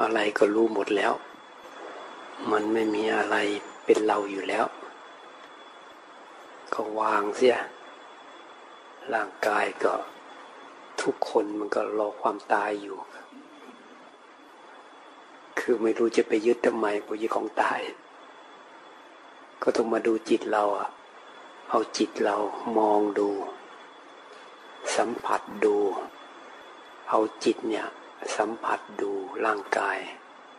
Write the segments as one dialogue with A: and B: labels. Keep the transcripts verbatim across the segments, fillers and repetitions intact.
A: อะไรก็รู้หมดแล้วมันไม่มีอะไรเป็นเราอยู่แล้วก็วางเสียร่างกายก็ทุกคนมันก็รอความตายอยู่คือไม่รู้จะไปยึดทำไมพอยึดของตายก็ต้องมาดูจิตเราอะเอาจิตเรามองดูสัมผัสดูเอาจิตเนี่ยสัมผัสดูร่างกาย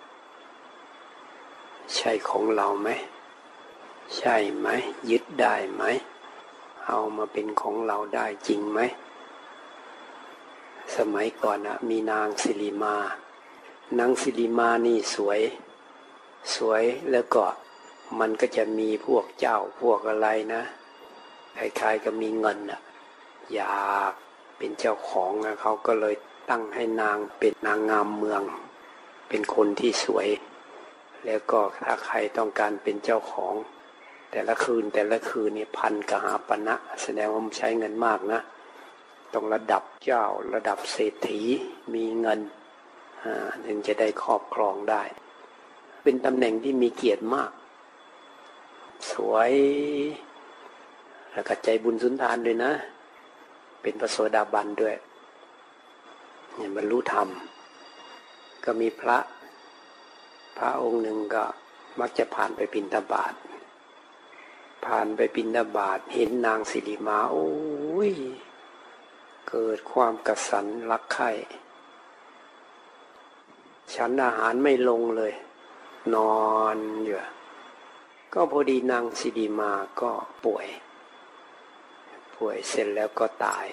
A: ใช่ของเราไหมใช่ไหมยึดได้ไหมเอามาเป็นของเราได้จริงไหมสมัยก่อนนะมีนางสิริมานางสิริมานี่สวยสวยแล้วก็มันก็จะมีพวกเจ้าพวกอะไรนะคล้ายๆก็มีเงินอ่ะอยากเป็นเจ้าของนะเขาก็เลยตั้งให้นางเป็นนางงามเมืองเป็นคนที่สวยแล้วก็ถ้าใครต้องการเป็นเจ้าของแต่ละคืนแต่ละคืนนี่พันกหาปณะแสดงว่ามันใช้เงินมากนะต้องระดับเจ้าระดับเศรษฐีมีเงินถึงจะได้ครอบครองได้เป็นตำแหน่งที่มีเกียรติมากสวยแล้วก็ใจบุญสุนทานด้วยนะเป็นพระโสดาบันด้วยเนี่ยบรรลุธรรมก็มีพระพระองค์หนึ่งก็มักจะผ่านไปบิณฑบาตผ่านไปบิณฑบาตเห็นนางสิริมาโอ้ยเกิดความกระสันรักใคร่ฉันอาหารไม่ลงเลยนอนอยู่ก็พอดีนางสิริมาก็ป่วยป่วยเสร็จแล้วก็ตาย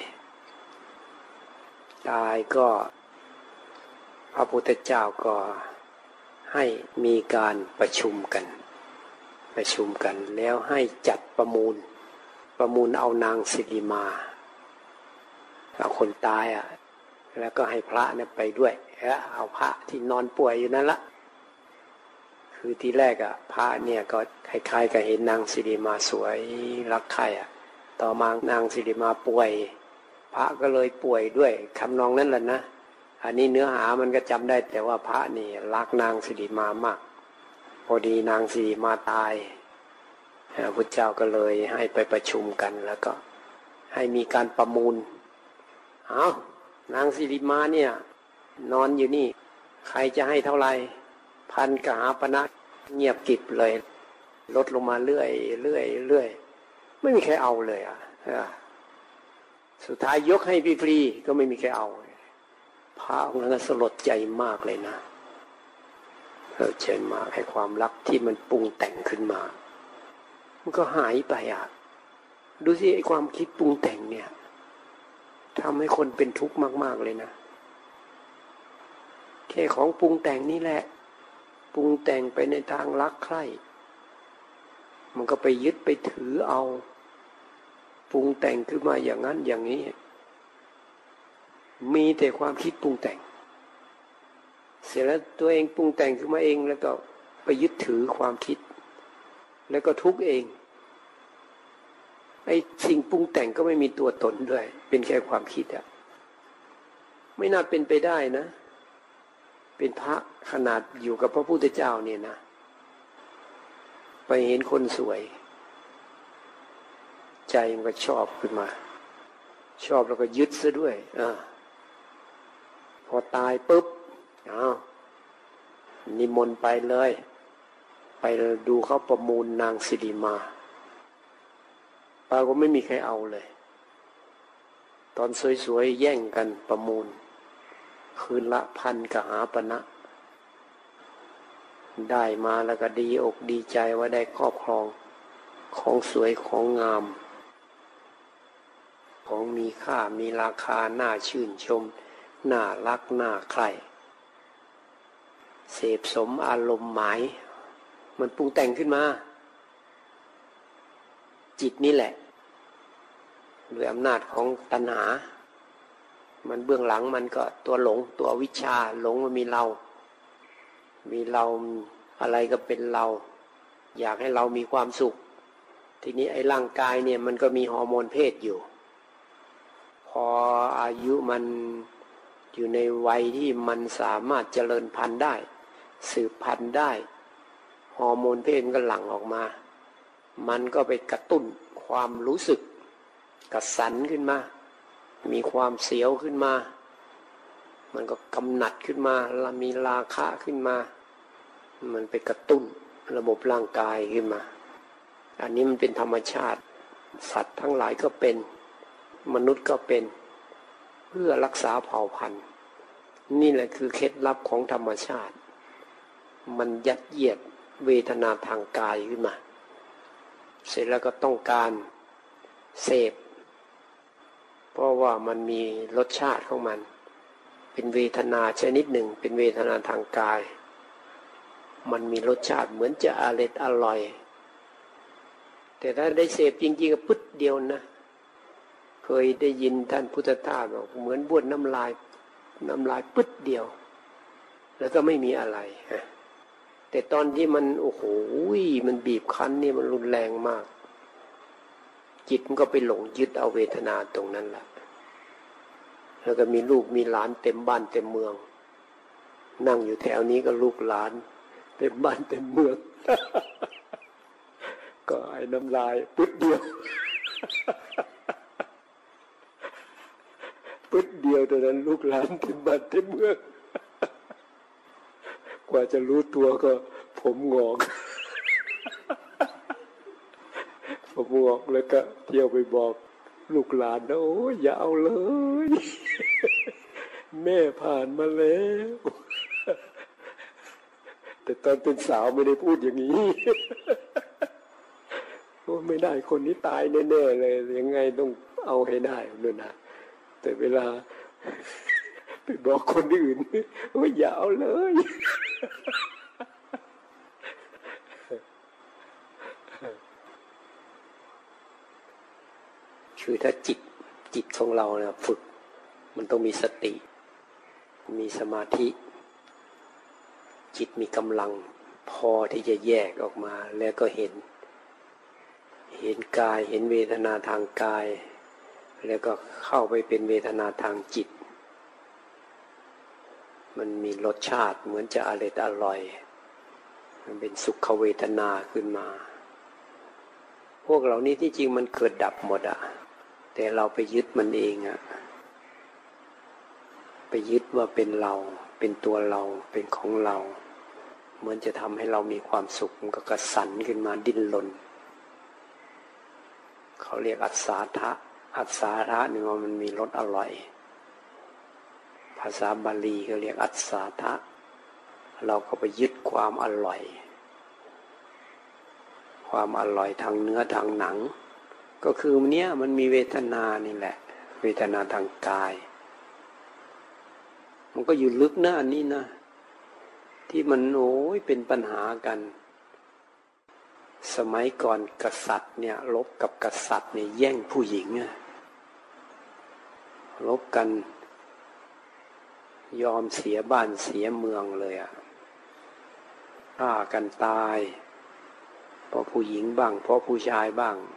A: ตายก็พระพุทธเจ้าก็ให้มีการประชุมกันประชุมกันแล้วให้จัดประมูลประมูลเอานางสิริมาเอาคนตายอ่ะแล้วก็ให้พระเนี่ยไปด้วยแล้วเอาพระที่นอนป่วยอยู่นั่นละคือที่แรกอ่ะพระเนี่ยก็คล้ายๆกับเห็นนางสิริมาสวยรักใคร่อ่ะต่อมานางสิริมาป่วยพระก็เลยป่วยด้วยคำนองนั้นแหละนะอันนี้เนื้อหามันก็จำได้แต่ว่าพระนี่รักนางสิริมามากพอดีนางสิริมาตายพระพุทธเจ้าก็เลยให้ไปประชุมกันแล้วก็ให้มีการประมูลเอานางสิริมาเนี่ยนอนอยู่นี่ใครจะให้เท่าไหร่พันกหาปณะเงียบกริบเลยลดลงมาเรื่อยเรื่อยเรื่อยไม่มีใครเอาเลยอ่ะสุดท้ายยกให้ฟรีๆก็ไม่มีใครเอาพระองค์นั้นสลดใจมากเลยนะสลดใจมากให้ความรักที่มันปรุงแต่งขึ้นมามันก็หายไปอ่ะดูสิไอ้ความคิดปรุงแต่งเนี่ยทำให้คนเป็นทุกข์มากๆเลยนะแค่ของปรุงแต่งนี่แหละปรุงแต่งไปในทางรักใคร่มันก็ไปยึดไปถือเอาปรุงแต่งขึ้นมาอย่างนั้นอย่างนี้มีแต่ความคิดปรุงแต่งเสร็จแล้วตัวเองปรุงแต่งขึ้นมาเองแล้วก็ไปยึดถือความคิดแล้วก็ทุกข์เองไอ้สิ่งปรุงแต่งก็ไม่มีตัวตนด้วยเป็นแค่ความคิดอะไม่น่าเป็นไปได้นะเป็นพระขนาดอยู่กับพระพุทธเจ้าเนี่ยนะไปเห็นคนสวยใจมันก็ชอบขึ้นมาชอบแล้วก็ยึดซะด้วยอ่าพอตายปุ๊บอ้าวนิมนต์ไปเลยไปดูเขาประมูลนางสิริมาปรากฏไม่มีใครเอาเลยตอนสวยๆแย่งกันประมูลคืนละพันกหาปณะได้มาแล้วก็ดีอกดีใจว่าได้ครอบครองของสวยของงามของมีค่ามีราคาน่าชื่นชมน่ารักน่าใคร่เสพสมอารมณ์หมายมันปรุงแต่งขึ้นมาจิตนี่แหละด้วยอำนาจของตัณหามันเบื้องหลังมันก็ตัวหลงตัววิชาหลงมันมีเรามีเราอะไรก็เป็นเราอยากให้เรามีความสุขทีนี้ไอ้ร่างกายเนี่ยมันก็มีฮอร์โมนเพศอยู่พออายุมันอยู่ในวัยที่มันสามารถเจริญพันธุ์ได้สืบพันธุ์ได้ฮอร์โมนเพศก็หลั่งออกมามันก็ไปกระตุ้นความรู้สึกกระสันขึ้นมามีความเสียวขึ้นมามันก็กำหนัดขึ้นมามีราคะขึ้นมามันไปกระตุ้นระบบร่างกายขึ้นมาอันนี้มันเป็นธรรมชาติสัตว์ทั้งหลายก็เป็นมนุษย์ก็เป็นเพื่อรักษาเผ่าพันธุ์นี่แหละคือเคล็ดลับของธรรมชาติมันยัดเยียดเวทนาทางกายขึ้นมาเสร็จแล้วก็ต้องการเสพเพราะว่ามันมีรสชาติของมันเป็นเวทนาชนิดหนึ่งเป็นเวทนาทางกายมันมีรสชาติเหมือนจะอร่อยอร่อยแต่ถ้าได้เสพจริงๆก็ปึ๊ดเดียวนะเคยได้ยินท่านพุทธทาสบอกเหมือนบ้วนน้ำลายน้ำลายปึ๊ดเดียวแล้วก็ไม่มีอะไรฮะแต่ตอนที่มันโอ้โหมันบีบคั้นนี่มันรุนแรงมากจิตมันก็ไปหลงยึดเอาเวทนาตรงนั้นแหละแล้วก็มีลูกมีหลานเต็มบ้านเต็มเมืองนั่งอยู่แถวนี้ก็ลูกหลานเต็มบ้านเต็มเมือง ก็ไอ้น้ำลายปึ๊ดเดียว ปึ๊ดเดียวตอนนั้นลูกหลานเต็มบ้านเต็มเมือง กว่าจะรู้ตัวก็ผมงอก ผมงอกแล้วก็เที่ยวไปบอกลูกหลานนะโอ้ยอย่าเอาเลย แม่ผ่านมาแล้ว แต่ตอนเป็นสาวไม่ได้พูดอย่างนี้ โอ้ไม่ได้คนนี้ตายแน่ๆเลยยังไงต้องเอาให้ได้ด้วยนะแต่เวลาไปบอกคนอื่นโอ้ยอย่าเอาเลย คือถ้าจิตจิตของเราเนี่ยฝึกมันต้องมีสติมีสมาธิจิตมีกำลังพอที่จะแยกออกมาแล้วก็เห็นเห็นกายเห็นเวทนาทางกายแล้วก็เข้าไปเป็นเวทนาทางจิตมันมีรสชาติเหมือนจะอร่อยอร่อยมันเป็นสุขเวทนาขึ้นมาพวกเหล่านี้ที่จริงมันเกิดดับหมดอะแต่เราไปยึดมันเองอะไปยึดว่าเป็นเราเป็นตัวเราเป็นของเราเหมือนจะทำให้เรามีความสุขมันก็กระสันขึ้นมาดิ้นรนเขาเรียกอัศาทะอัศาทะนี่ว่ามันมีรสอร่อยภาษาบาลีเขาเรียกอัศาทะเราก็ไปยึดความอร่อยความอร่อยทางเนื้อทางหนังก็คือเนี้ยมันมีเวทนานี่แหละเวทนาทางกายมันก็อยู่ลึกหน้านี้นะที่มันโอ้ยเป็นปัญหากันสมัยก่อนกษัตริย์เนี่ยรบกับกษัตริย์เนี่ยแย่งผู้หญิงอะรบกันยอมเสียบ้านเสียเมืองเลยอะฆ่ากันตายเพราะผู้หญิงบ้างเพราะผู้ชายบ้าง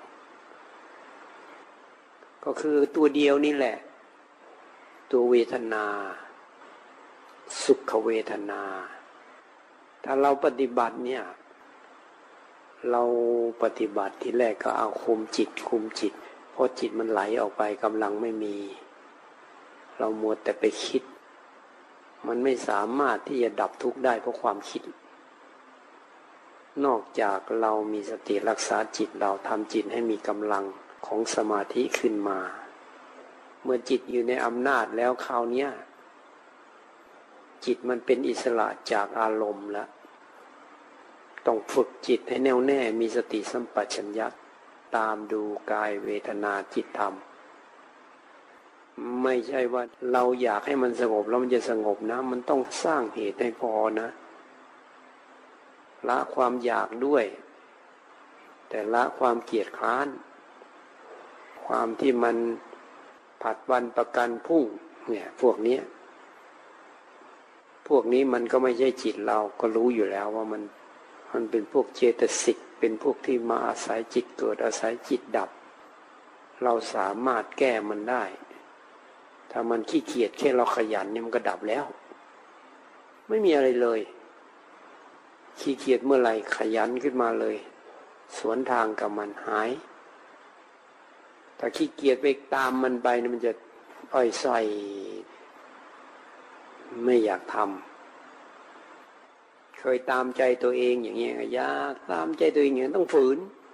A: ก็คือตัวเดียวนี่แหละตัวเวทนาสุขเวทนาถ้าเราปฏิบัติเนี่ยเราปฏิบัติทีแรกก็เอาคุมจิตคุมจิตเพราะจิตมันไหลออกไปกำลังไม่มีเรามัวแต่ไปคิดมันไม่สามารถที่จะดับทุกข์ได้เพราะความคิดนอกจากเรามีสติรักษาจิตเราทำจิตให้มีกำลังของสมาธิขึ้นมาเมื่อจิตอยู่ในอำนาจแล้วคราวนี้จิตมันเป็นอิสระจากอารมณ์แล้วต้องฝึกจิตให้แน่วแน่มีสติสัมปชัญญะตามดูกายเวทนาจิตธรรมไม่ใช่ว่าเราอยากให้มันสงบแล้วมันจะสงบนะมันต้องสร้างเหตุให้พอนะละความอยากด้วยแต่ละความเกียจคร้านความที่มันผัดวันประกันพรุ่งเนี่ยพวกนี้พวกนี้มันก็ไม่ใช่จิตเราก็รู้อยู่แล้วว่ามันมันเป็นพวกเจตสิกเป็นพวกที่มาอาศัยจิตเกิดอาศัยจิตดับเราสามารถแก้มันได้ถ้ามันขี้เกียจแค่เราขยันเนี่ยมันก็ดับแล้วไม่มีอะไรเลยขี้เกียจเมื่อไหร่ขยันขึ้นมาเลยสวนทางกับมันหายถ้าขี้เกียจไปตามมันไปมันจะอ้อยส้อยไม่อยากทำเคยตามใจตัวเองอย่างเงี้ยอยากตามใจตัวเองอย่างนี้ต้องฝืน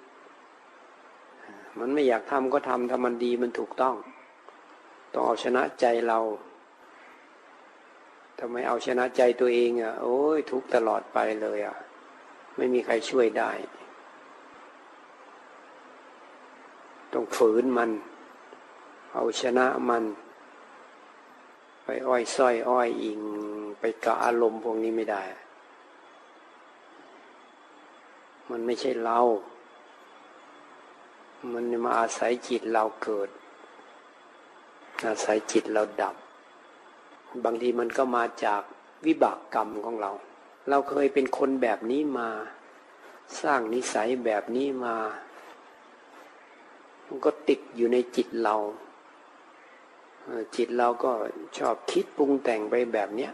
A: มันไม่อยากทำก็ทำถ้ามันดีมันถูกต้องต้องเอาชนะใจเราทำไมเอาชนะใจตัวเองอ่ะโอ้ยทุกข์ตลอดไปเลยอ่ะไม่มีใครช่วยได้ต้องฝืนมันเอาชนะมันไปอ้อยส้อยอ้อยอิงไปกับอารมณ์พวกนี้ไม่ได้มันไม่ใช่เรามันมาอาศัยจิตเราเกิดอาศัยจิตเราดับบางทีมันก็มาจากวิบากกรรมของเราเราเคยเป็นคนแบบนี้มาสร้างนิสัยแบบนี้มามันก็ติดอยู่ในจิตเราจิตเราก็ชอบคิดปรุงแต่งไปแบบเนี้ย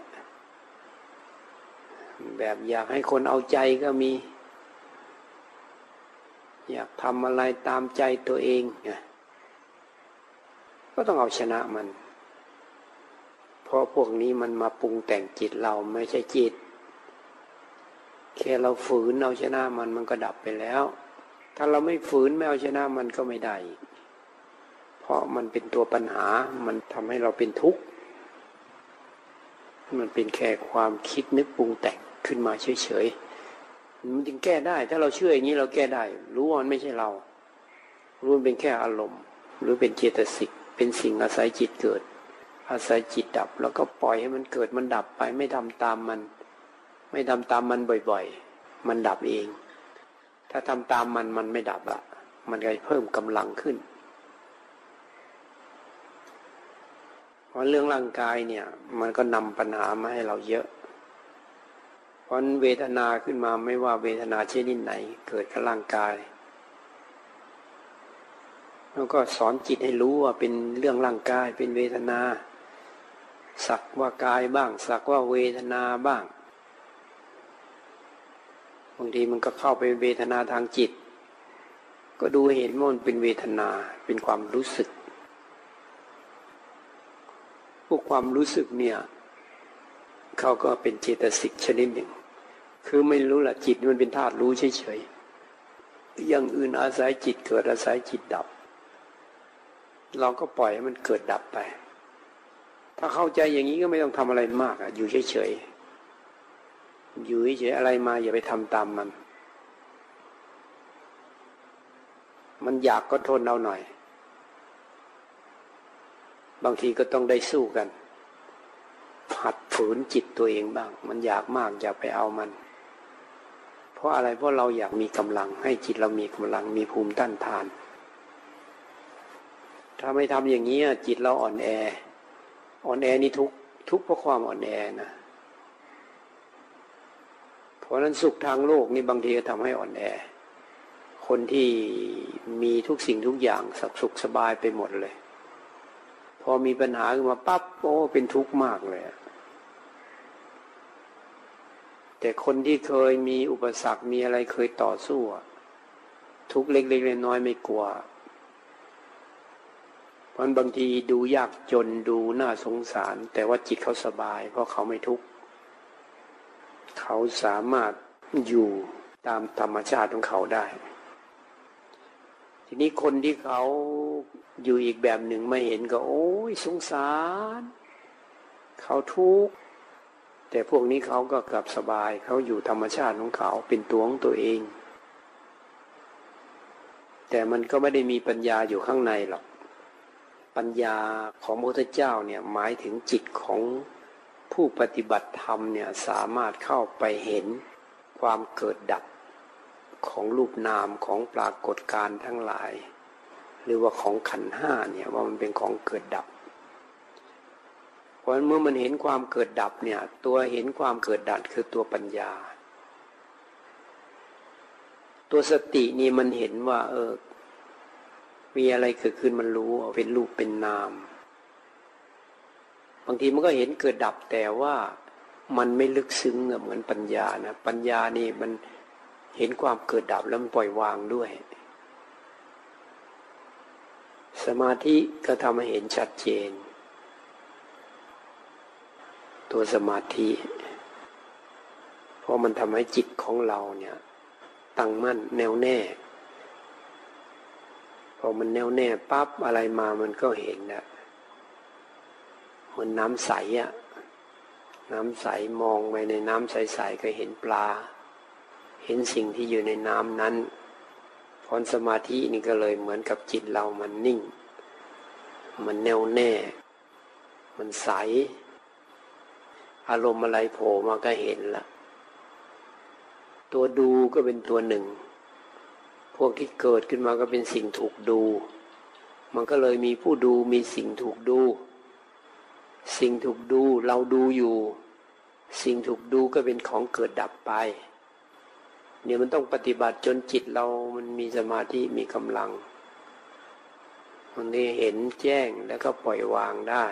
A: แบบอยากให้คนเอาใจก็มีอยากทำอะไรตามใจตัวเองก็ต้องเอาชนะมันเพราะพวกนี้มันมาปรุงแต่งจิตเราไม่ใช่จิตแค่เราฝืนเอาชนะมันมันก็ดับไปแล้วถ้าเราไม่ฝืนไม่เอาชนะมันก็ไม่ได้เพราะมันเป็นตัวปัญหามันทำให้เราเป็นทุกข์มันเป็นแค่ความคิดนึกปรุงแต่งขึ้นมาเฉยๆมันจึงแก้ได้ถ้าเราเชื่ออย่างนี้เราแก้ได้รู้ว่ามันไม่ใช่เรารู้มันเป็นแค่อารมณ์หรือเป็นเจตสิกเป็นสิ่งอาศัยจิตเกิดอาศัยจิตดับแล้วก็ปล่อยให้มันเกิดมันดับไปไม่ทำตามมันไม่ทำตามมันบ่อยๆมันดับเองถ้าทำตามมันมันไม่ดับละมันก็เพิ่มกำลังขึ้นเพราะเรื่องร่างกายเนี่ยมันก็นำปัญหามาให้เราเยอะเพราะเวทนาขึ้นมาไม่ว่าเวทนาชนิดไหนเกิดกับร่างกายแล้วก็สอนจิตให้รู้ว่าเป็นเรื่องร่างกายเป็นเวทนาสักว่ากายบ้างสักว่าเวทนาบ้างบางทีมันก็เข้าไปเวทนาทางจิตก็ดูเห็นว่ามันเป็นเวทนาเป็นความรู้สึกพวกความรู้สึกเนี่ยเขาก็เป็นเจตสิกชนิดหนึ่งคือไม่รู้ละจิตมันเป็นธาตุรู้เฉยๆอย่างอื่นอาศัยจิตเกิดอาศัยจิตดับเราก็ปล่อยให้มันเกิดดับไปถ้าเข้าใจอย่างนี้ก็ไม่ต้องทำอะไรมากอยู่เฉยๆอยู่เฉยๆอะไรมาอย่าไปทำตามมันมันอยากก็ทนเอาหน่อยบางทีก็ต้องได้สู้กันหัดฝืนจิตตัวเองบ้างมันอยากมากอย่าไปเอามันเพราะอะไรเพราะเราอยากมีกำลังให้จิตเรามีกำลังมีภูมิต้านทานถ้าไม่ทำอย่างนี้จิตเราอ่อนแออ่อนแอนี่ทุกทุกเพราะความอ่อนแอนะเพราะนั้นสุขทางโลกนี่บางทีก็ทำให้อ่อนแอคนที่มีทุกสิ่งทุกอย่างสุขสบายไปหมดเลยพอมีปัญหาขึ้นมาปั๊บโอ้เป็นทุกข์มากเลยแต่คนที่เคยมีอุปสรรคมีอะไรเคยต่อสู้ทุกข์เล็กๆน้อยๆไม่กลัวเพราะบางทีดูยากจนดูน่าสงสารแต่ว่าจิตเขาสบายเพราะเขาไม่ทุกข์เขาสามารถอยู่ตามธรรมชาติของเขาได้ทีนี้คนที่เขาอยู่อีกแบบหนึ่งไม่เห็นก็โอ้ยสงสารเขาทุกข์แต่พวกนี้เขาก็กลับสบายเขาอยู่ธรรมชาติของเขาเป็นตัวของตัวเองแต่มันก็ไม่ได้มีปัญญาอยู่ข้างในหรอกปัญญาของพระพุทธเจ้าเนี่ยหมายถึงจิตของผู้ปฏิบัติธรรมเนี่ยสามารถเข้าไปเห็นความเกิดดับของรูปนามของปรากฏการณ์ทั้งหลายหรือว่าของขันธ์ห้าเนี่ยว่ามันเป็นของเกิดดับเพราะเมื่อมันเห็นความเกิดดับเนี่ยตัวเห็นความเกิดดับคือตัวปัญญาตัวสตินี่มันเห็นว่าเออมีอะไรเกิดขึ้นมันรู้เป็นรูปเป็นนามบางทีมันก็เห็นเกิดดับแต่ว่ามันไม่ลึกซึ้งเหมือนปัญญานะปัญญานี่มันเห็นความเกิดดับแล้วมันปล่อยวางด้วยสมาธิก็ทำให้เห็นชัดเจนตัวสมาธิเพราะมันทำให้จิตของเราเนี่ยตั้งมั่นแน่วแน่พอมันแน่วแน่ปั๊บอะไรมามันก็เห็นนะเหมือนน้ำใสอะน้ำใสมองไปในน้ำใสๆก็เห็นปลาเห็นสิ่งที่อยู่ในน้ำนั้นพรสมาธินี่ก็เลยเหมือนกับจิตเรามันนิ่งมันแน่วแน่มันใสอารมณ์อะไรโผล่มาก็เห็นละตัวดูก็เป็นตัวหนึ่งพวกที่เกิดขึ้นมาก็เป็นสิ่งถูกดูมันก็เลยมีผู้ดูมีสิ่งถูกดูสิ่งถูกดูเราดูอยู่สิ่งถูกดูก็เป็นของเกิดดับไปเนี่ยมันต้องปฏิบัติจนจิตเรามันมีสมาธิมีกำลังมันได้เห็นแจ้งแล้วก็ปล่อยวางได้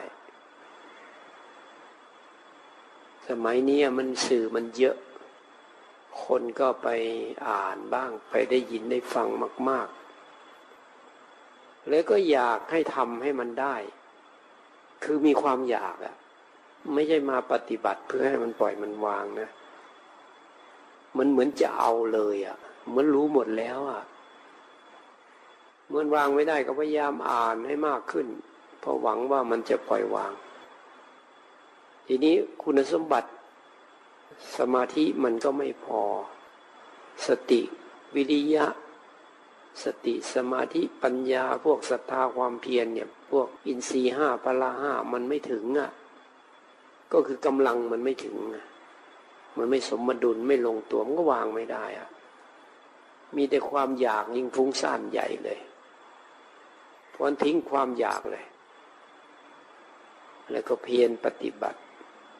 A: สมัยนี้มันสื่อมันเยอะคนก็ไปอ่านบ้างไปได้ยินได้ฟังมากๆแล้วก็อยากให้ทำให้มันได้คือมีความอยากอะไม่ใช่มาปฏิบัติเพื่อให้มันปล่อยมันวางนะมันเหมือนจะเอาเลยอะเหมือนรู้หมดแล้วอะเมื่อวางไม่ได้ก็พยายามอ่านให้มากขึ้นเพราะหวังว่ามันจะปล่อยวางทีนี้คุณสมบัติสมาธิมันก็ไม่พอสติวิริยะสติสมาธิปัญญาพวกศรัทธาความเพียรเนี่ยพวกอินทรีย์ห้าพละห้ามันไม่ถึงอ่ะก็คือกำลังมันไม่ถึงมันไม่สมดุลไม่ลงตัวมันก็วางไม่ได้อ่ะมีแต่ความอยากยิ่งฟุ้งซ่านใหญ่เลยเพราะทิ้งความอยากเลยแล้วก็เพียรปฏิบัติ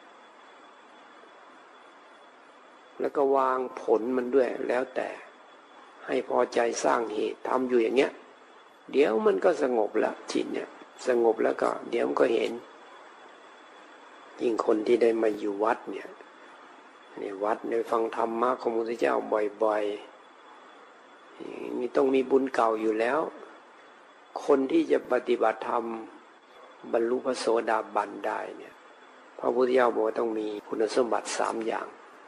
A: แล้วก็วางผลมันด้วยแล้วแต่ให้พอใจสร้างเหตุทำอยู่อย่างเงี้ยเดี๋ยวมันก็สงบแล้วจิตเนี่ยสงบแล้วก็เดี๋ยวมันก็เห็นยิ่งคนที่ได้มาอยู่วัดเนี่ยในวัดในฟังธรรมะของพระพุทธเจ้าบ่อยๆนี่ต้องมีบุญเก่าอยู่แล้วคนที่จะปฏิบัติธรรมบรรลุพระโสดาบันได้เนี่ยพระพุทธเจ้าบอกว่าต้องมีคุณสมบัติสามอย่าง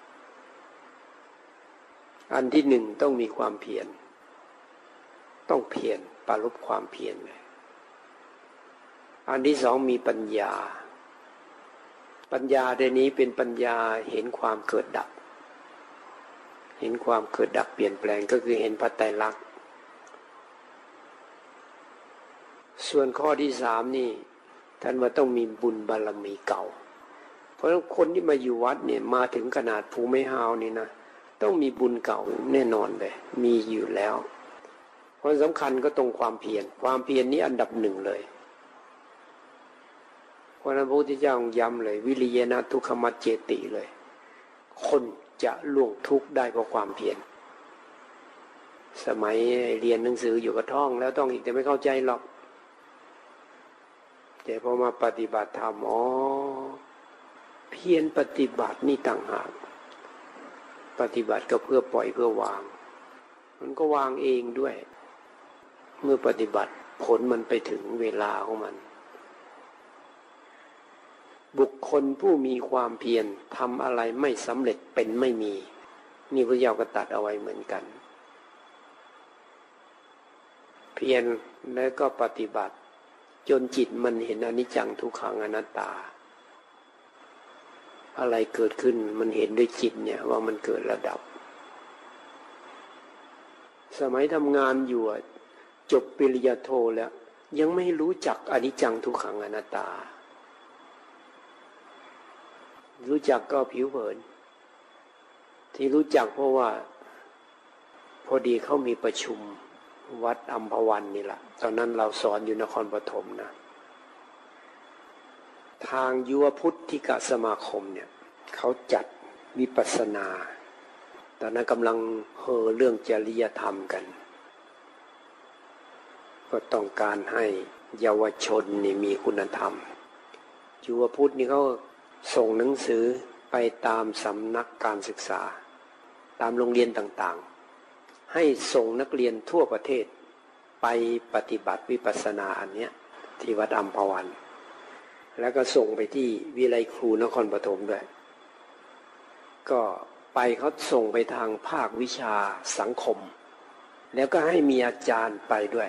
A: อันที่หนึ่งต้องมีความเพียรต้องเพียรปรารภความเพียรเลยอันที่สองมีปัญญาปัญญาในนี้เป็นปัญญาเห็นความเกิดดับเห็นความเกิดดับเปลี่ยนแปลงก็คือเห็นพระไตรลักษณ์ส่วนข้อที่สามนี่ท่านว่าต้องมีบุญบารมีเก่าเพราะคนที่มาอยู่วัดเนี่ยมาถึงขนาดภูไม่ฮาวนี่นะต้องมีบุญเก่าแน่นอนเลยมีอยู่แล้วความสำคัญก็ตรงความเพียรความเพียรนี้อันดับหนึ่งเลยเพราะนั้นพระพุทธเจ้าย้ำเลยวิริยนะทุกขมัจเจติเลยคนจะล่วงทุกข์ได้เพราะความเพียรสมัยเรียนหนังสืออยู่กับท่องแล้วต้องอีกแต่ไม่เข้าใจหรอกแต่พอมาปฏิบัติธรรมอ๋อเพียรปฏิบัตินี่ต่างหากปฏิบัติก็เพื่อปล่อยเพื่อวางมันก็วางเองด้วยเมื่อปฏิบัติผลมันไปถึงเวลาของมันบุคคลผู้มีความเพียรทำอะไรไม่สำเร็จเป็นไม่มีนี่พระเจ้าก็ตัดเอาไว้เหมือนกันเพียรแล้วก็ปฏิบัติจนจิตมันเห็นอนิจจังทุกขังอนัตตาอะไรเกิดขึ้นมันเห็นด้วยจิตเนี่ยว่ามันเกิดระดับสมัยทำงานอยู่จบปริญญาโทแล้วยังไม่รู้จักอนิจจังทุกขังอนัตตารู้จักก็ผิวเผินที่รู้จักเพราะว่าพอดีเขามีประชุมวัดอัมพวันนี่แหละตอนนั้นเราสอนอยู่นครปฐมนะทางยุวพุทธิกสมาคมเนี่ยเขาจัดวิปัสสนาตอนนั้นกำลังเห่อเรื่องจริยธรรมกันก็ต้องการให้เยาวชนนี่มีคุณธรรมยุวพุทธนี่เขาส่งหนังสือไปตามสำนักการศึกษาตามโรงเรียนต่างๆให้ส่งนักเรียนทั่วประเทศไปปฏิบัติวิปัสสนาอันเนี้ยที่วัดอัมพวันแล้วก็ส่งไปที่วิไลครูนครปฐมด้วยก็ไปเขาส่งไปทางภาควิชาสังคมแล้วก็ให้มีอาจารย์ไปด้วย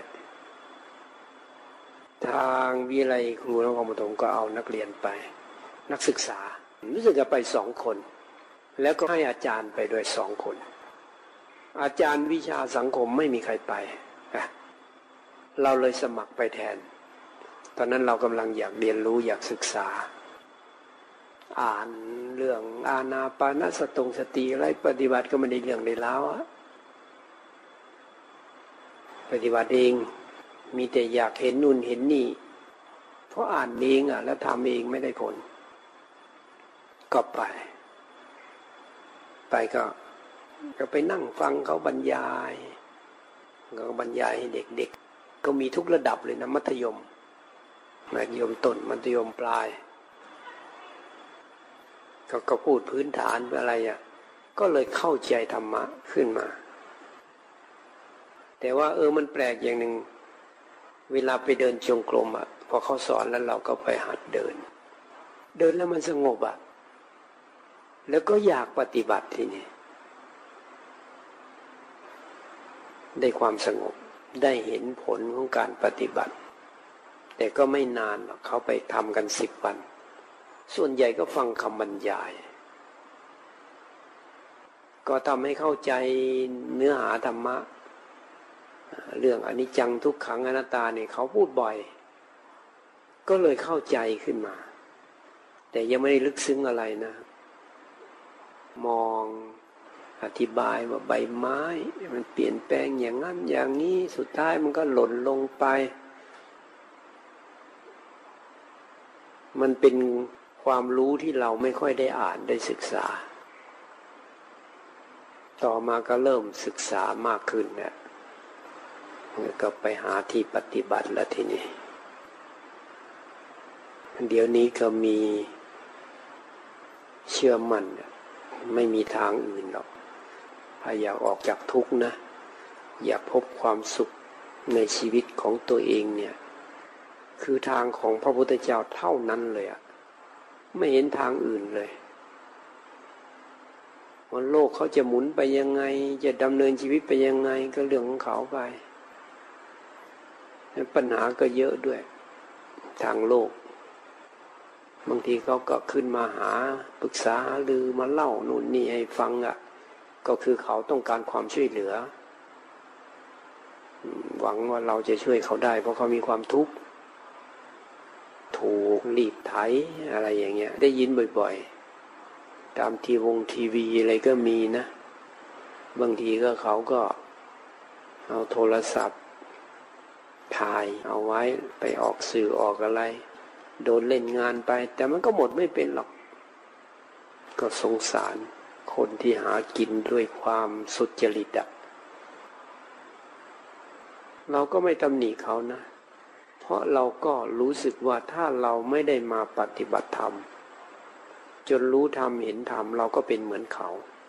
A: ทางวิไลครูนครปฐมก็เอานักเรียนไปนักศึกษารู้สึกจะไปสองคนแล้วก็ให้อาจารย์ไปด้วยสองคนอาจารย์วิชาสังคมไม่มีใครไปเราเลยสมัครไปแทนตอนนั้นเรากำลังอยากเรียนรู้อยากศึกษาอ่านเรื่องอานาปานสตงสติอะไรปฏิบัติก็ไม่ได้เรื่องได้แล้วอะปฏิบัติเองมีแต่อยากเห็นนู่นเห็นนี่เพราะอ่านเองอ่ะแล้วทำเองไม่ได้ผลก็ไปไปก็ก็ไปนั่งฟังเขาบรรยายก็บรรยายให้เด็กๆก็มีทุกระดับเลยนะมัธยมมัธยมต้นมัธยมปลายก็ก็พูดพื้นฐานอะไรอ่ะก็เลยเข้าใจธรรมะขึ้นมาแต่ว่าเออมันแปลกอย่างหนึ่งเวลาไปเดินจงกรมอ่ะพอเขาสอนแล้วเราก็ไปหัดเดินเดินแล้วมันสงบอ่ะแล้วก็อยากปฏิบัติทีนี้ได้ความสงบได้เห็นผลของการปฏิบัติแต่ก็ไม่นานหรอกเขาไปทำกันสิบวันส่วนใหญ่ก็ฟังคำบรรยายก็ทำให้เข้าใจเนื้อหาธรรมะเรื่องอนิจจังทุกขังอนัตตาเนี่ยเขาพูดบ่อยก็เลยเข้าใจขึ้นมาแต่ยังไม่ได้ลึกซึ้งอะไรนะมองอธิบายว่าใบไม้มันเปลี่ยนแปลงอย่างนั้นอย่างนี้สุดท้ายมันก็หล่นลงไปมันเป็นความรู้ที่เราไม่ค่อยได้อ่านได้ศึกษาต่อมาก็เริ่มศึกษามากขึ้นเนี่ยก็ไปหาที่ปฏิบัติแล้วทีนี้เดี๋ยวนี้ก็มีเชื่อมั่นไม่มีทางอื่นหรอกถ้าอยากออกจากทุกข์นะอยากพบความสุขในชีวิตของตัวเองเนี่ยคือทางของพระพุทธเจ้าเท่านั้นเลยอะไม่เห็นทางอื่นเลยว่าโลกเขาจะหมุนไปยังไงจะดำเนินชีวิตไปยังไงก็เรื่องของเขาไปปัญหาก็เยอะด้วยทางโลกบางทีเขาก็ขึ้นมาหาปรึกษาหรือมาเล่านู่นนี่ให้ฟังอ่ะก็คือเขาต้องการความช่วยเหลือหวังว่าเราจะช่วยเขาได้เพราะเขามีความทุกข์ถูกรีดไถอะไรอย่างเงี้ยได้ยินบ่อยๆตามทีวงทีวีอะไรก็มีนะบางทีก็เขาก็เอาโทรศัพท์ถ่ายเอาไว้ไปออกสื่อออกอะไรโดนเล่นงานไปแต่มันก็หมดไม่เป็นหรอกก็สงสารคนที่หากินด้วยความสุจริตอ่ะเราก็ไม่ตำหนิเขานะเพราะเราก็รู้สึกว่าถ้าเราไม่ได้มาปฏิบัติธรรมจนรู้ธรรมเห็นธรรมเราก็เป็นเหมือนเขา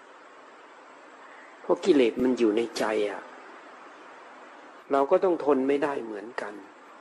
A: เพราะกิเลสมันอยู่ในใจอ่ะเราก็ต้องทนไม่ได้เหมือนกัน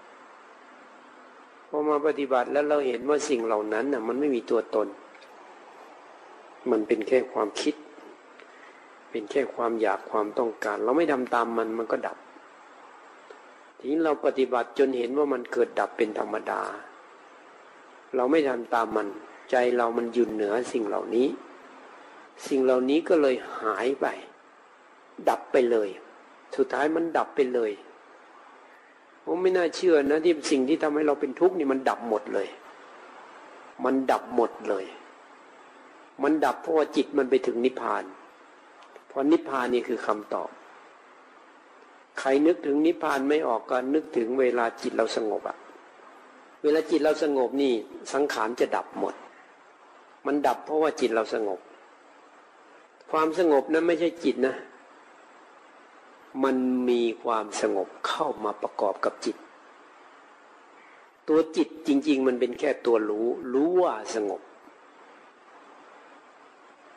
A: พอมาปฏิบัติแล้วเราเห็นว่าสิ่งเหล่านั้นน่ะมันไม่มีตัวตนมันเป็นแค่ความคิดเป็นแค่ความอยากความต้องการเราไม่ทำตามมันมันก็ดับทีนี้เราปฏิบัติจนเห็นว่ามันเกิดดับเป็นธรรมดาเราไม่ทำตามมันใจเรามันอยู่เหนือสิ่งเหล่านี้สิ่งเหล่านี้ก็เลยหายไปดับไปเลยสุดท้ายมันดับไปเลยผมไม่น่าเชื่อนะที่สิ่งที่ทำให้เราเป็นทุกข์นี่มันดับหมดเลยมันดับหมดเลยมันดับเพราะว่าจิตมันไปถึงนิพพานเพราะนิพพานนี่คือคำตอบใครนึกถึงนิพพานไม่ออกก็นึกถึงเวลาจิตเราสงบอะเวลาจิตเราสงบนี่สังขารจะดับหมดมันดับเพราะว่าจิตเราสงบความสงบนั้นไม่ใช่จิตนะมันมีความสงบเข้ามาประกอบกับจิตตัวจิตจริงๆมันเป็นแค่ตัวรู้รู้ว่าสงบ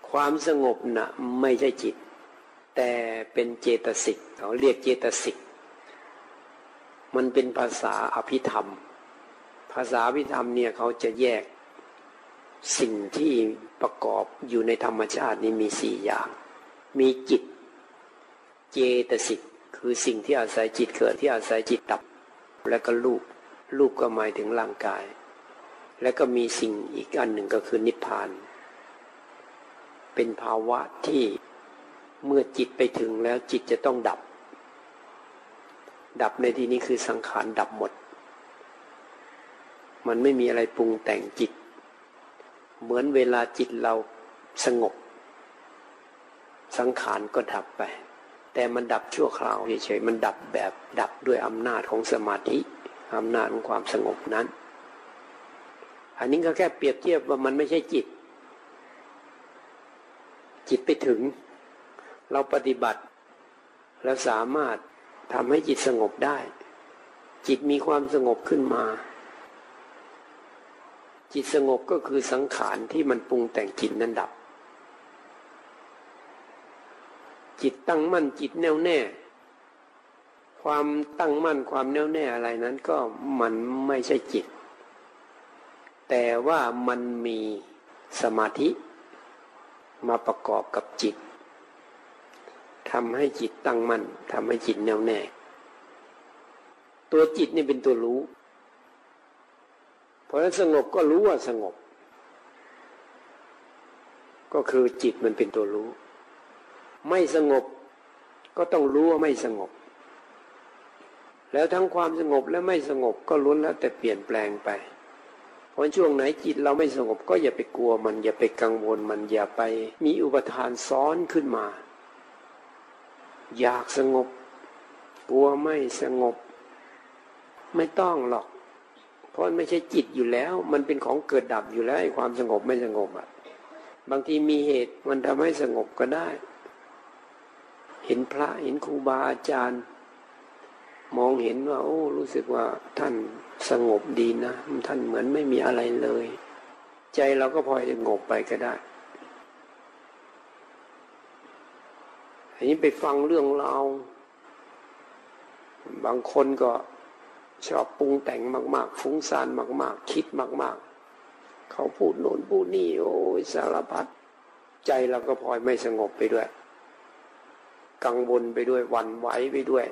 A: ความสงบนะไม่ใช่จิตแต่เป็นเจตสิกเขาเรียกเจตสิกมันเป็นภาษาอภิธรรมภาษาอภิธรรมเนี่ยเขาจะแยกสิ่งที่ประกอบอยู่ในธรรมชาตินี้มีสี่อย่างมีจิตเจตสิกคือสิ่งที่อาศัยจิตเกิดที่อาศัยจิตดับแล้วก็รูปรูปก็หมายถึงร่างกายแล้วก็มีสิ่งอีกอันหนึ่งก็คือนิพพานเป็นภาวะที่เมื่อจิตไปถึงแล้วจิตจะต้องดับดับในที่นี้คือสังขารดับหมดมันไม่มีอะไรปรุงแต่งจิตเหมือนเวลาจิตเราสงบสังขารก็ดับไปแต่มันดับชั่วคราวเฉยๆมันดับแบบดับด้วยอำนาจของสมาธิอำนาจของความสงบนั้นอันนี้ก็แค่เปรียบเทียบว่ามันไม่ใช่จิตจิตไปถึงเราปฏิบัติแล้วสามารถทำให้จิตสงบได้จิตมีความสงบขึ้นมาจิตสงบก็คือสังขารที่มันปรุงแต่งจิตนั้นดับจิตตั้งมั่นจิตแน่วแน่ความตั้งมั่นความแน่วแน่อะไรนั้นก็มันไม่ใช่จิตแต่ว่ามันมีสมาธิมาประกอบกับจิตทำให้จิตตั้งมั่นทำให้จิตแน่วแน่ตัวจิตนี่เป็นตัวรู้เพราะฉะนั้นสงบก็รู้ว่าสงบก็คือจิตมันเป็นตัวรู้ไม่สงบก็ต้องรู้ว่าไม่สงบแล้วทั้งความสงบและไม่สงบก็ล้วนแล้วแต่เปลี่ยนแปลงไปเพราะช่วงไหนจิตเราไม่สงบก็อย่าไปกลัวมันอย่าไปกังวลมันอย่าไปมีอุปทานซ้อนขึ้นมาอยากสงบกลัวไม่สงบไม่ต้องหรอกเพราะมันไม่ใช่จิตอยู่แล้วมันเป็นของเกิดดับอยู่แล้วไอ้ความสงบไม่สงบอ่ะบางทีมีเหตุมันทำให้สงบก็ได้เห็นพระเห็นครูบาอาจารย์มองเห็นว่าโอ้รู้สึกว่าท่านสงบดีนะท่านเหมือนไม่มีอะไรเลยใจเราก็พลอยสงบไปก็ได้อันนี้ไปฟังเรื่องราวบางคนก็ชอบปรุงแต่งมากๆฟุ้งซ่านมากๆคิดมากๆเขาพูดโน่นพูดนี่โอ้ยสารพัดใจเราก็พลอยไม่สงบไปด้วยกังวลไปด้วยหวั่นไหวไปด้วย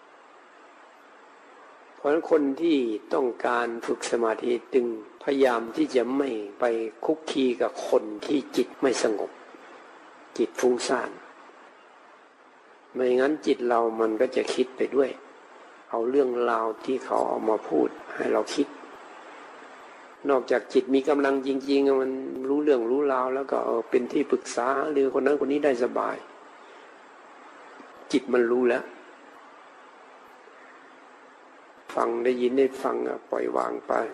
A: เพราะฉะนั้นคนที่ต้องการฝึกสมาธิจึงพยายามที่จะไม่ไปคุกคีกับคนที่จิตไม่สงบจิตฟุ้งซ่านไม่งั้นจิตเรามันก็จะคิดไปด้วยเอาเรื่องราวที่เขาเอามาพูดให้เราคิดนอกจากจิตมีกำลังจริงๆมันรู้เรื่องรู้ราวแล้วก็เออเป็นที่ปรึกษาหรือคนนั้นคนนี้ได้สบายจิตมันรู้แล้วฟังได้ยินได้ฟังปล่อยวางไป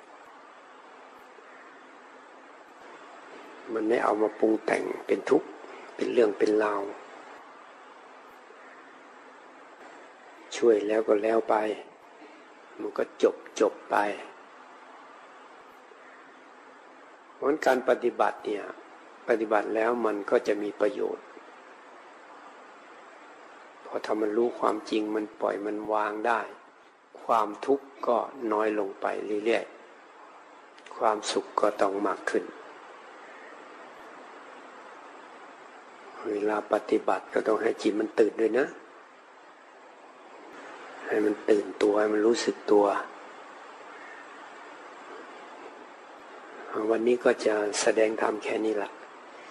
A: มันไม่เอามาปรุงแต่งเป็นทุกข์เป็นเรื่องเป็นราวช่วยแล้วก็แล้วไปมันก็จบจบไปเพราะการปฏิบัติเนี่ยปฏิบัติแล้วมันก็จะมีประโยชน์พอถ้ามันรู้ความจริงมันปล่อยมันวางได้ความทุกข์ก็น้อยลงไปเรื่อยๆความสุขก็ต้องมากขึ้นเวลาปฏิบัติก็ต้องให้จิตมันตื่นด้วยนะให้มันตื่นตัวให้มันรู้สึกตัววันนี้ก็จะแสดงธรรมแค่นี้ละ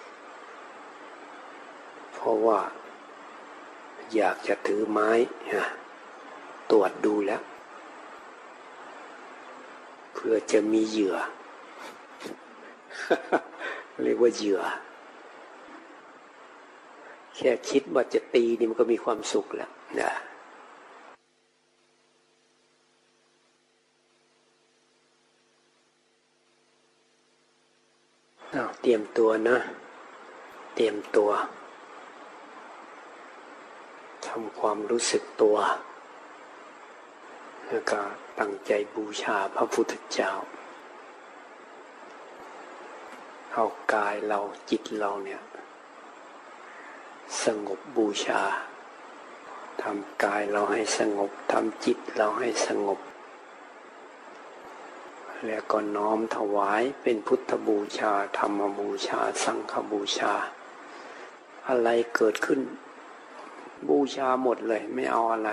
A: เพราะว่าอยากจะถือไม้ตรวจดูแล้วเพื่อจะมีเหยื่อ เรียกว่าเหยื่อแค่คิดว่าจะตีนี่มันก็มีความสุขแล้วนะเตรียมตัวนะเตรียมตัวทำความรู้สึกตัวแล้วก็ตั้งใจบูชาพระพุทธเจ้าเอากายเราจิตเราเนี่ยสงบบูชาทำกายเราให้สงบทำจิตเราให้สงบแล้วก็น้อมถวายเป็นพุทธบูชาธรรมบูชาสังฆบูชาอะไรเกิดขึ้นบูชาหมดเลยไม่เอาอะไร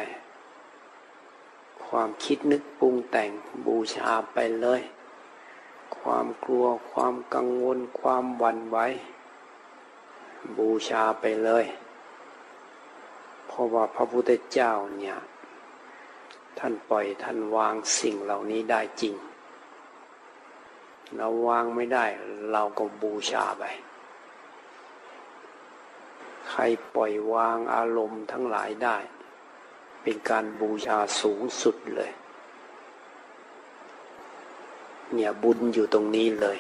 A: ความคิดนึกปรุงแต่งบูชาไปเลยความกลัวความกังวลความหวั่นไหวบูชาไปเลยเพราะว่าพระพุทธเจ้าเนี่ยท่านปล่อยท่านวางสิ่งเหล่านี้ได้จริงเราวางไม่ได้เราก็บูชาไปใครปล่อยวางอารมณ์ทั้งหลายได้เป็นการบูชาสูงสุดเลยเนี่ยบุญอยู่ตรงนี้เลย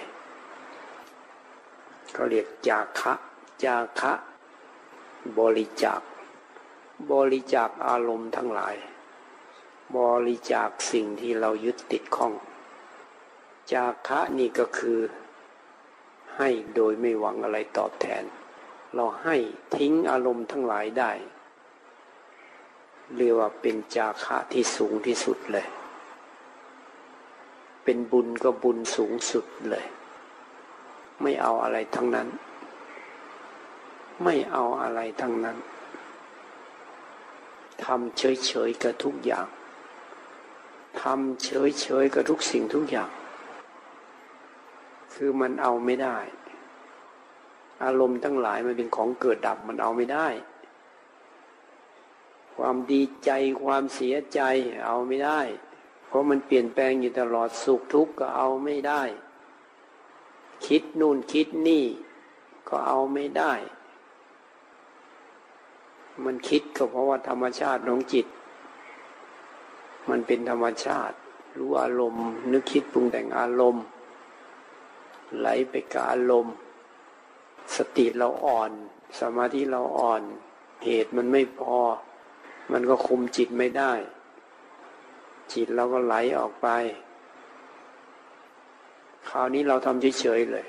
A: เขาเรียกจาคะจาคะบริจาคบริจาคอารมณ์ทั้งหลายบริจาคสิ่งที่เรายึดติดข้องจาคะนี่ก็คือให้โดยไม่หวังอะไรตอบแทนเราให้ทิ้งอารมณ์ทั้งหลายได้เรียกว่าเป็นจาคะที่สูงที่สุดเลยเป็นบุญก็บุญสูงสุดเลยไม่เอาอะไรทั้งนั้นไม่เอาอะไรทั้งนั้นทำเฉยๆกับทุกอย่างทำเฉยๆกับทุกสิ่งทุกอย่างคือมันเอาไม่ได้อารมณ์ทั้งหลายมันเป็นของเกิดดับมันเอาไม่ได้ความดีใจความเสียใจเอาไม่ได้เพราะมันเปลี่ยนแปลงอยู่ตลอดสุขทุกข์ก็เอาไม่ได้คิดนู่นคิดนี่ก็เอาไม่ได้มันคิดก็เพราะว่าธรรมชาติของจิตมันเป็นธรรมชาติรู้อารมณ์นึกคิดปรุงแต่งอารมณ์ไหลไปกับอารมณ์สติเราอ่อนสมาธิเราอ่อนเหตุมันไม่พอมันก็คุมจิตไม่ได้จิตเราก็ไหลออกไปคราวนี้เราทำเฉยๆเลย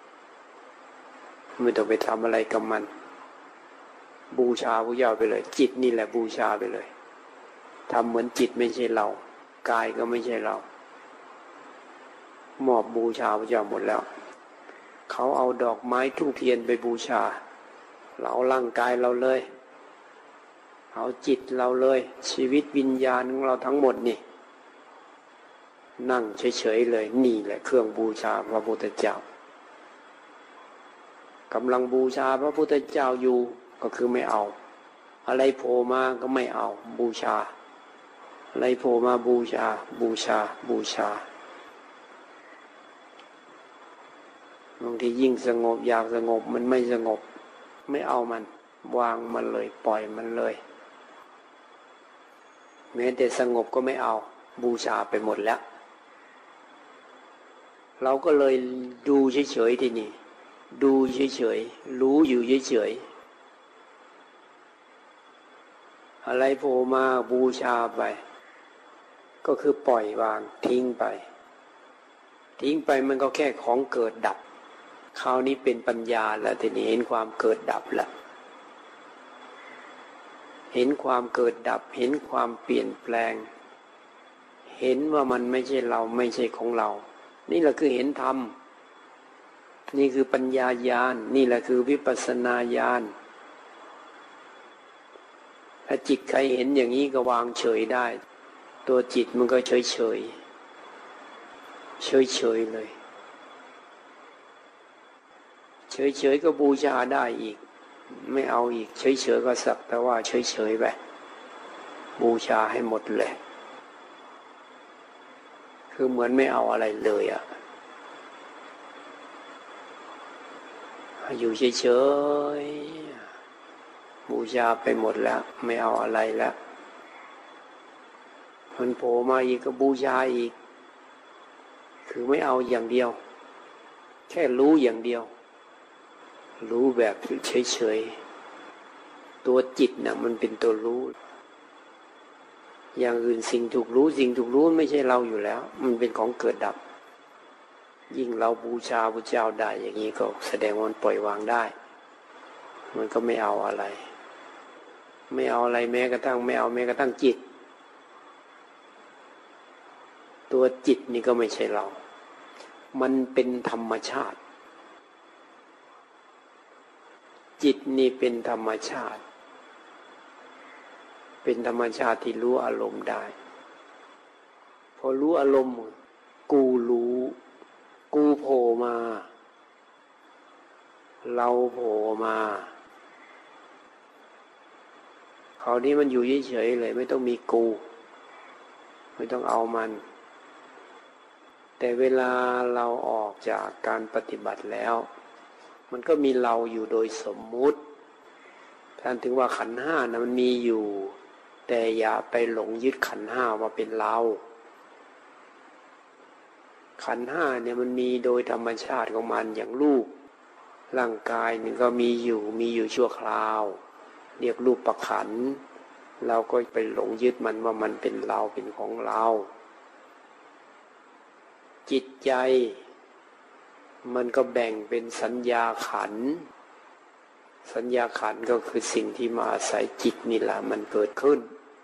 A: ไม่ต้องไปทำอะไรกับมันบูชาพระเจ้าไปเลยจิตนี่แหละบูชาไปเลยทำเหมือนจิตไม่ใช่เรากายก็ไม่ใช่เรามอบบูชาพระเจ้าหมดแล้วเขาเอาดอกไม้ธูปเทียนไปบูชาเราเอาร่างกายเราเลยเอาจิตเราเลยชีวิตวิญญาณของเราทั้งหมดนี่นั่งเฉยๆเลยนี่แหละเครื่องบูชาพระพุทธเจ้ากำลังบูชาพระพุทธเจ้าอยู่ก็คือไม่เอาอะไรโผล่มาก็ไม่เอาบูชาอะไรโผล่มาบูชาบูชาบูชาบางทียิ่งสงบอยากสงบมันไม่สงบไม่เอามันวางมันเลยปล่อยมันเลยแม้แต่สงบก็ไม่เอาบูชาไปหมดแล้วเราก็เลยดูเฉยๆทีนี้ดูเฉยๆรู้อยู่เฉยๆอะไรโผล่มาบูชาไปก็คือปล่อยวางทิ้งไปทิ้งไปมันก็แค่ของเกิดดับคราวนี้เป็นปัญญาแล้วทีนี้เห็นความเกิดดับแล้วเห็นความเกิดดับเห็นความเปลี่ยนแปลงเห็นว่ามันไม่ใช่เราไม่ใช่ของเรานี่แหละคือเห็นธรรมนี่คือปัญญาญาณนี่แหละคือวิปัสสนาญาณถ้าจิตใครเห็นอย่างนี้ก็วางเฉยได้ตัวจิตมันก็เฉยเฉยเฉยเฉยเลยเฉยเฉยก็บูชาได้อีกไม่เอาอีกเฉยเฉยก็สักแต่ว่าเฉยเฉยไปบูชาให้หมดเลยคือเหมือนไม่เอาอะไรเลยอ่ะอยู่เฉยๆบูชาไปหมดแล้วไม่เอาอะไรแล้วมันโผล่มาอีกก็บูชาอีกคือไม่เอาอย่างเดียวแค่รู้อย่างเดียวรู้แบบเฉยๆตัวจิตน่ะมันเป็นตัวรู้อย่างอื่นสิ่งถูกรู้สิ่งถูกรู้ไม่ใช่เราอยู่แล้วมันเป็นของเกิดดับยิ่งเราบูชาพระเจ้าได้อย่างนี้ก็แสดงว่ามันปล่อยวางได้มันก็ไม่เอาอะไรไม่เอาอะไรแม้กระทั่งไม่เอาแม้กระทั่งจิตตัวจิตนี่ก็ไม่ใช่เรามันเป็นธรรมชาติจิตนี่เป็นธรรมชาติเป็นธรรมชาติที่รู้อารมณ์ได้พอรู้อารมณ์กูรู้กูโผล่มาเราโผล่มาคราวนี้มันอยู่เฉยๆเลยไม่ต้องมีกูไม่ต้องเอามันแต่เวลาเราออกจากการปฏิบัติแล้วมันก็มีเราอยู่โดยสมมุติท่านถึงว่าขันธ์ห้านะมันมีอยู่แต่อย่าไปหลงยึดขันธ์ห้าว่าเป็นเราขันธ์ห้าเนี่ยมันมีโดยธรรมชาติของมันอย่างรูปร่างกายนี่ก็มีอยู่มีอยู่ชั่วคราวเรียกรูปประขันธ์เราก็ไปหลงยึดมันว่ามันเป็นเราเป็นของเราจิตใจมันก็แบ่งเป็นสัญญาขันธ์สัญญาขันธ์ก็คือสิ่งที่มาอาศัยจิตนี่แหละมันเกิดขึ้น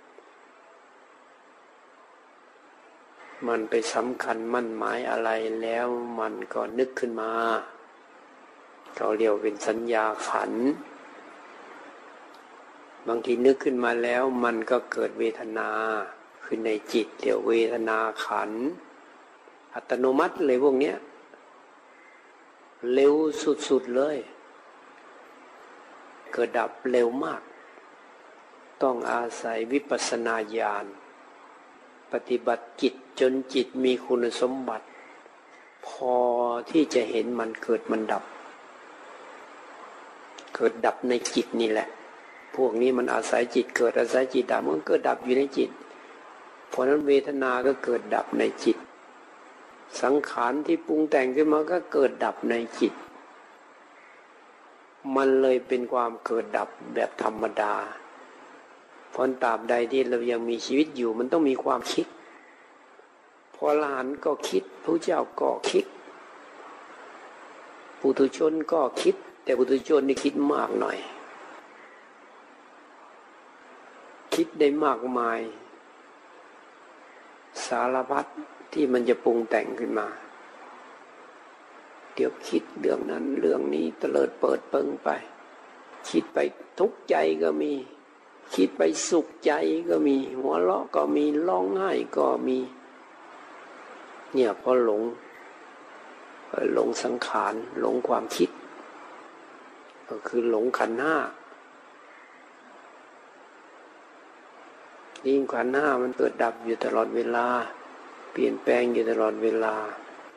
A: มันไปสำคัญมั่นหมายอะไรแล้วมันก็นึกขึ้นมาเขาเรียกเป็นสัญญาขันธ์บางทีนึกขึ้นมาแล้วมันก็เกิดเวทนาคือในจิตเรียกเวทนาขันธ์อัตโนมัติเลยพวกเนี้ยเร็วสุดๆเลยเกิดดับเร็วมากต้องอาศัยวิปัสสนาญาณปฏิบัติจิตจนจิตมีคุณสมบัติพอที่จะเห็นมันเกิดมันดับเกิดดับในจิตนี่แหละพวกนี้มันอาศัยจิตเกิดอาศัยจิตดับมันเกิดดับอยู่ในจิตเพราะนั้นเวทนาก็เกิดดับในจิตสังขารที่ปรุงแต่งขึ้นมาก็เกิดดับในจิตมันเลยเป็นความเกิดดับแบบธรรมดาเพราะตราบใดที่เรายังมีชีวิตอยู่มันต้องมีความคิดพออรหันต์ก็คิดพระเจ้าก็คิดปุถุชนก็คิดแต่ปุถุชนนี่คิดมากหน่อยคิดได้มากมายสารพัดที่มันจะปรุงแต่งขึ้นมาเดี๋ยวคิดเรื่องนั้นเรื่องนี้เตลิดเปิดเปิงไปคิดไปทุกข์ใจก็มีคิดไปสุขใจก็มีหัวเราะก็มีร้องไห้ก็มีเนี่ยเพราะหลงหลงสังขารหลงความคิดก็คือหลงขันธ์ห้ายิ่งขันธ์ห้ามันเกิดดับอยู่ตลอดเวลาเปลี่ยนแปลงอยู่ตลอดเวลา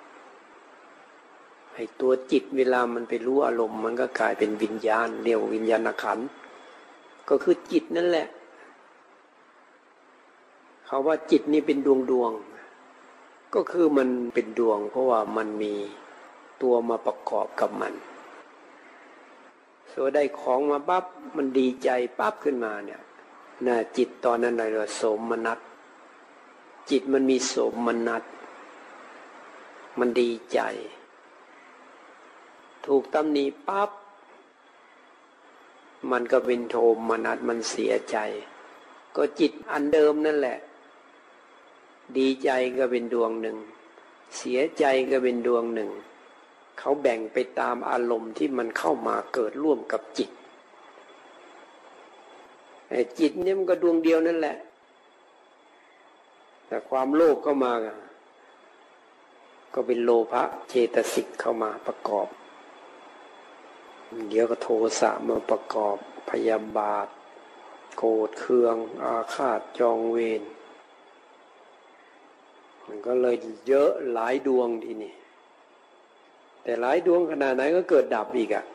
A: ไอ้ตัวจิตเวลามันไปรู้อารมณ์มันก็กลายเป็นวิญญาณเรียกว่าวิญญาณขันธ์ก็คือจิตนั่นแหละเขาว่าจิตนี่เป็นดวงดวงก็คือมันเป็นดวงเพราะว่ามันมีตัวมาประกอบกับมันส่วนได้ของมาปั๊บมันดีใจปั๊บขึ้นมาเนี่ยน่ะจิตตอนนั้นเลยว่าโสมนัสจิตมันมีโสมนัสมันดีใจถูกตำหนิปั๊บมันก็เป็นโทมนัสมันเสียใจก็จิตอันเดิมนั่นแหละดีใจก็เป็นดวงหนึ่งเสียใจก็เป็นดวงหนึ่งเขาแบ่งไปตามอารมณ์ที่มันเข้ามาเกิดร่วมกับจิตไอ้จิตเนี่ยมันก็ดวงเดียวนั่นแหละแต่ความโลภเข้ามาก็เป็นโลภะเจตสิกเข้ามาประกอบเดี๋ยวก็โทสะมาประกอบพยาบาทโกรธเคืองอาฆาตจองเวรมันก็เลยเยอะหลายดวงทีนี้แต่หลายดวงขนาดไหนก็เกิดดับอีกอะ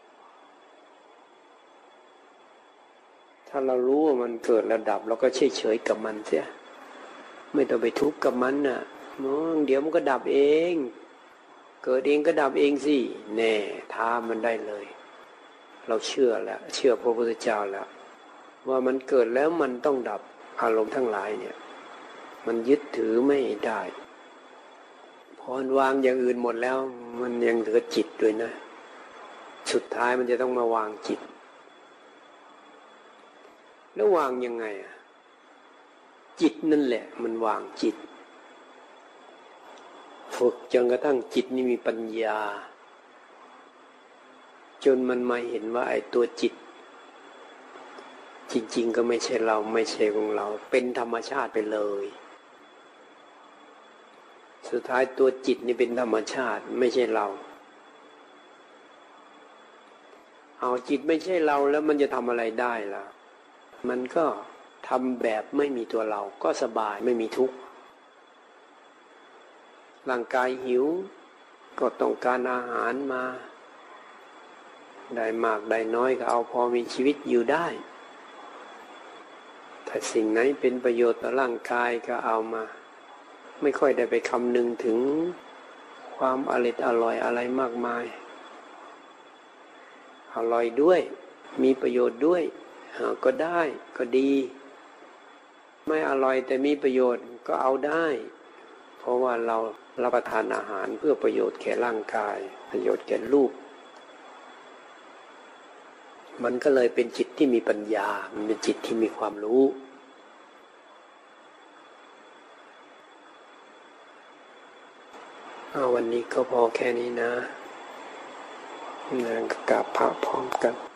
A: ถ้าเรารู้ว่ามันเกิดแล้วดับเราก็เฉยๆกับมันเสียไม่ต้องไปทุกข์กับมันน่ะมองเดี๋ยวมันก็ดับเองเกิดเองก็ดับเองสิแน่ท้ามันได้เลยเราเชื่อแล้วเชื่อพระพุทธเจ้าแล้วว่ามันเกิดแล้วมันต้องดับอารมณ์ทั้งหลายเนี่ยมันยึดถือไม่ได้พอวางอย่างอื่นหมดแล้วมันยังเหลือจิตด้วยนะสุดท้ายมันจะต้องมาวางจิตแล้ววางยังไงอ่ะจิตนั่นแหละมันวางจิตฝึกจนกระทั่งจิตนี่มีปัญญาจนมันมาเห็นว่าไอ้ตัวจิตจริงๆก็ไม่ใช่เราไม่ใช่ของเราเป็นธรรมชาติไปเลยสุดท้ายตัวจิตนี่เป็นธรรมชาติไม่ใช่เราเอาจิตไม่ใช่เราแล้วมันจะทำอะไรได้ล่ะมันก็ทำแบบไม่มีตัวเราก็สบายไม่มีทุกข์ร่างกายหิวก็ต้องการอาหารมาได้มากได้น้อยก็เอาพอมีชีวิตอยู่ได้ถ้าสิ่งไหนเป็นประโยชน์ต่อร่างกายก็เอามาไม่ค่อยได้ไปคำนึงถึงความอร่อยอร่อยอะไรมากมายอร่อยด้วยมีประโยชน์ด้วยก็ได้ก็ดีไม่อร่อยแต่มีประโยชน์ก็เอาได้เพราะว่าเรารับประทานอาหารเพื่อประโยชน์แก่ร่างกายประโยชน์แก่รูปมันก็เลยเป็นจิตที่มีปัญญามันเป็นจิตที่มีความรู้เอาวันนี้ก็พอแค่นี้นะกราบพระพร้อมกัน